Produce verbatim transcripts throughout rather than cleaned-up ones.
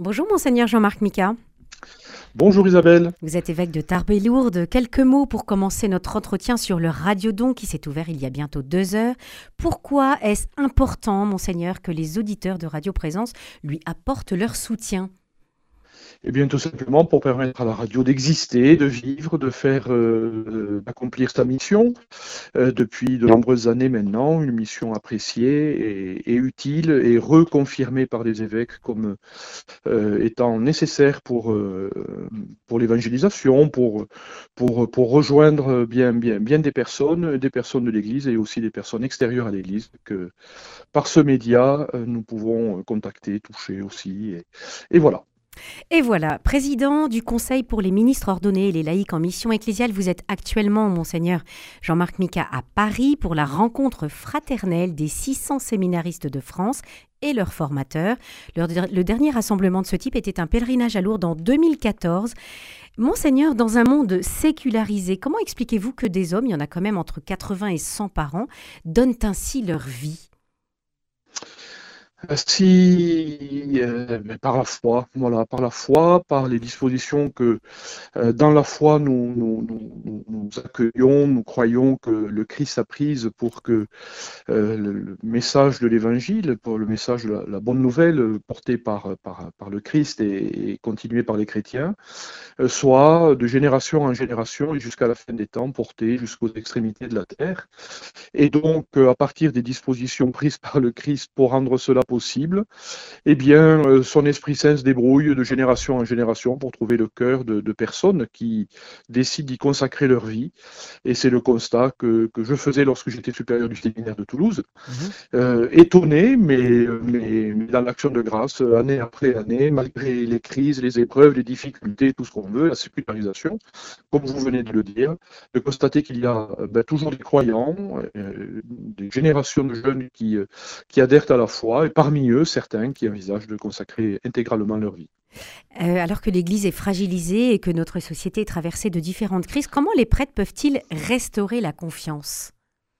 Bonjour Monseigneur Jean-Marc Mika, Bonjour Isabelle. vous êtes évêque de Tarbes et Lourdes. Quelques mots pour commencer notre entretien sur le radiodon qui s'est ouvert il y a bientôt deux heures. Pourquoi est-ce important, Monseigneur, que les auditeurs de Radio Présence lui apportent leur soutien? Eh bien, tout simplement pour permettre à la radio d'exister, de vivre, de faire, euh, euh, d'accomplir sa mission euh, depuis de nombreuses années maintenant, une mission appréciée et, et utile et reconfirmée par les évêques comme euh, étant nécessaire pour, euh, pour l'évangélisation, pour, pour, pour rejoindre bien, bien, bien des personnes, des personnes de l'Église et aussi des personnes extérieures à l'Église que par ce média, euh, nous pouvons contacter, toucher aussi. Et, et voilà. Et voilà, président du Conseil pour les ministres ordonnés et les laïcs en mission ecclésiale, vous êtes actuellement, Monseigneur Jean-Marc Mika, à Paris pour la rencontre fraternelle des six cents séminaristes de France et leurs formateurs. Le, le dernier rassemblement de ce type était un pèlerinage à Lourdes en deux mille quatorze. Monseigneur, dans un monde sécularisé, comment expliquez-vous que des hommes, il y en a quand même entre quatre-vingts et cent par an, donnent ainsi leur vie? Si, euh, mais par la foi, voilà, par la foi, par les dispositions que euh, dans la foi nous, nous, nous, nous accueillons, nous croyons que le Christ a prise pour que euh, le, le message de l'Évangile, pour le message de la, la bonne nouvelle euh, portée par, par, par le Christ et, et continuée par les chrétiens, euh, soit de génération en génération et jusqu'à la fin des temps porté jusqu'aux extrémités de la terre. Et donc, euh, à partir des dispositions prises par le Christ pour rendre cela possible, eh bien, euh, son Esprit Saint se débrouille de génération en génération pour trouver le cœur de, de personnes qui décident d'y consacrer leur vie. Et c'est le constat que, que je faisais lorsque j'étais supérieur du séminaire de Toulouse. Mhm. Euh, étonné, mais, mais, mais dans l'action de grâce, année après année, malgré les crises, les épreuves, les difficultés, tout ce qu'on veut, la sécularisation, comme vous venez de le dire, de constater qu'il y a ben, toujours des croyants, euh, des générations de jeunes qui, euh, qui adhèrent à la foi, et parmi eux, certains qui envisagent de consacrer intégralement leur vie. Euh, alors que l'Église est fragilisée et que notre société est traversée de différentes crises, comment les prêtres peuvent-ils restaurer la confiance?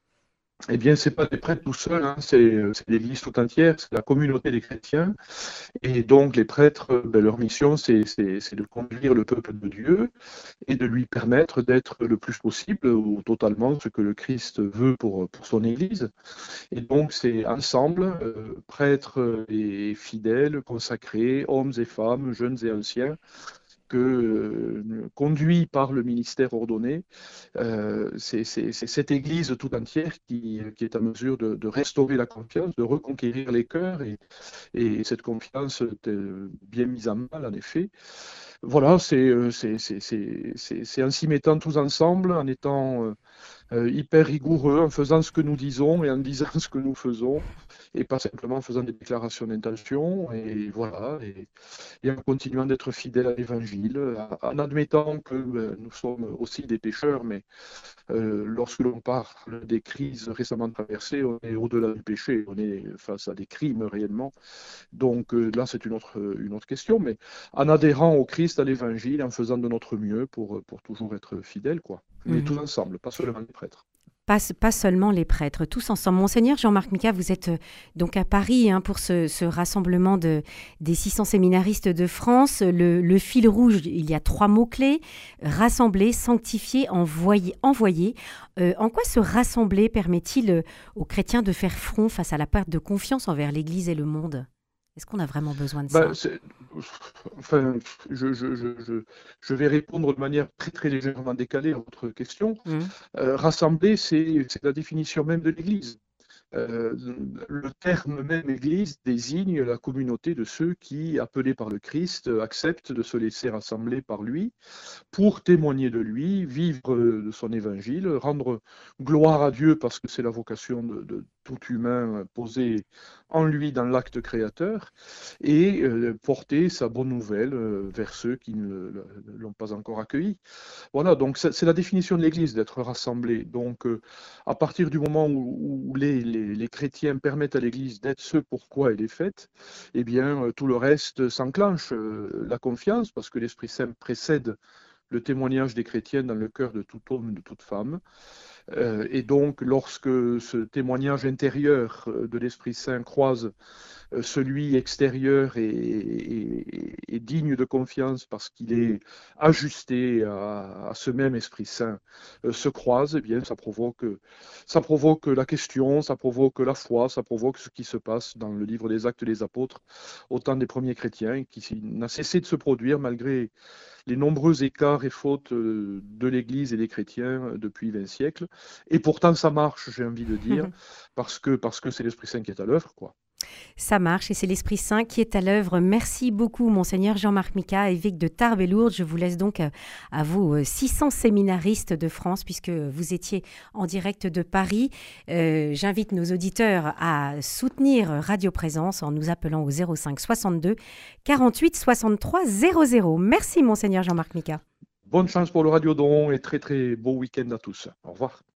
Eh bien, ce n'est pas des prêtres tout seuls, hein, c'est, c'est l'Église tout entière, c'est la communauté des chrétiens. Et donc, les prêtres, ben, leur mission, c'est, c'est, c'est de conduire le peuple de Dieu et de lui permettre d'être le plus possible ou totalement ce que le Christ veut pour, pour son Église. Et donc, c'est ensemble, euh, prêtres et fidèles, consacrés, hommes et femmes, jeunes et anciens, que, euh, conduits par le ministère ordonné, euh, c'est, c'est- c'est cette Église tout entière qui, qui est à mesure de, de restaurer la confiance, de reconquérir les cœurs, et, et cette confiance est euh, bien mise à mal, en effet. Voilà, c'est euh, c'est- c'est- c'est- c'est- c'est en s'y mettant tous ensemble, en étant euh, euh, hyper rigoureux, en faisant ce que nous disons et en disant ce que nous faisons, et pas simplement en faisant des déclarations d'intention, et voilà, et, et en continuant d'être fidèle à l'Évangile, en admettant que euh, nous sommes aussi des pécheurs, mais euh, lorsque l'on parle des crises récemment traversées, on est au-delà du péché, on est face à des crimes réellement. Donc euh, là, c'est une autre, une autre question, mais en adhérant au Christ, à l'Évangile, en faisant de notre mieux pour, pour toujours être fidèle, quoi. Mais tous Mhm. ensemble, pas seulement les prêtres. Pas, pas seulement les prêtres, tous ensemble. Monseigneur Jean-Marc Mika, vous êtes euh, donc à Paris hein, pour ce, ce rassemblement de, des six cents séminaristes de France. Le, le fil rouge, il y a trois mots-clés: rassembler, sanctifier, envoyer. envoyer. Euh, en quoi se rassembler permet-il euh, aux chrétiens de faire front face à la perte de confiance envers l'Église et le monde? Est-ce qu'on a vraiment besoin de Ben, ça? c'est- enfin, je, je, je, je, je vais répondre de manière très très légèrement décalée à votre question. Mhm. Euh, rassembler, c'est c'est la définition même de l'Église. Euh, le terme même Église désigne la communauté de ceux qui, appelés par le Christ, acceptent de se laisser rassembler par lui pour témoigner de lui, vivre de son évangile, rendre gloire à Dieu parce que c'est la vocation de, de tout humain posé en lui dans l'acte créateur, et euh, porter sa bonne nouvelle euh, vers ceux qui ne l'ont pas encore accueilli. Voilà, donc c'est c'est la définition de l'Église, d'être rassemblé. Donc euh, à partir du moment où, où les, les- les chrétiens permettent à l'Église d'être ce pourquoi elle est faite, eh bien euh, tout le reste s'enclenche. Euh, la confiance, parce que l'Esprit Saint précède le témoignage des chrétiens dans le cœur de tout homme et de toute femme. Euh, et donc, lorsque ce témoignage intérieur euh, de l'Esprit Saint croise euh, celui extérieur et, et- est digne de confiance parce qu'il est ajusté à, à ce même Esprit Saint euh, se croisent, eh bien, ça provoque, ça provoque la question, ça provoque la foi, ça provoque ce qui se passe dans le livre des Actes des Apôtres, au temps des premiers chrétiens, qui n'a cessé de se produire malgré les nombreux écarts et fautes euh, de l'Église et des chrétiens depuis vingt siècles. Et pourtant, ça marche, j'ai envie de dire, parce que parce que c'est l'Esprit Saint qui est à l'œuvre, quoi. Ça marche et c'est l'Esprit Saint qui est à l'œuvre. Merci beaucoup, Monseigneur Jean-Marc Micas, évêque de Tarbes et Lourdes. Je vous laisse donc à vous, six cents séminaristes de France, puisque vous étiez en direct de Paris. Euh, j'invite nos auditeurs à soutenir Radio Présence en nous appelant au zéro cinq soixante-deux quarante-huit soixante-trois zéro zéro. Merci, Monseigneur Jean-Marc Micas. Bonne chance pour le radiodon et très très beau week-end à tous. Au revoir.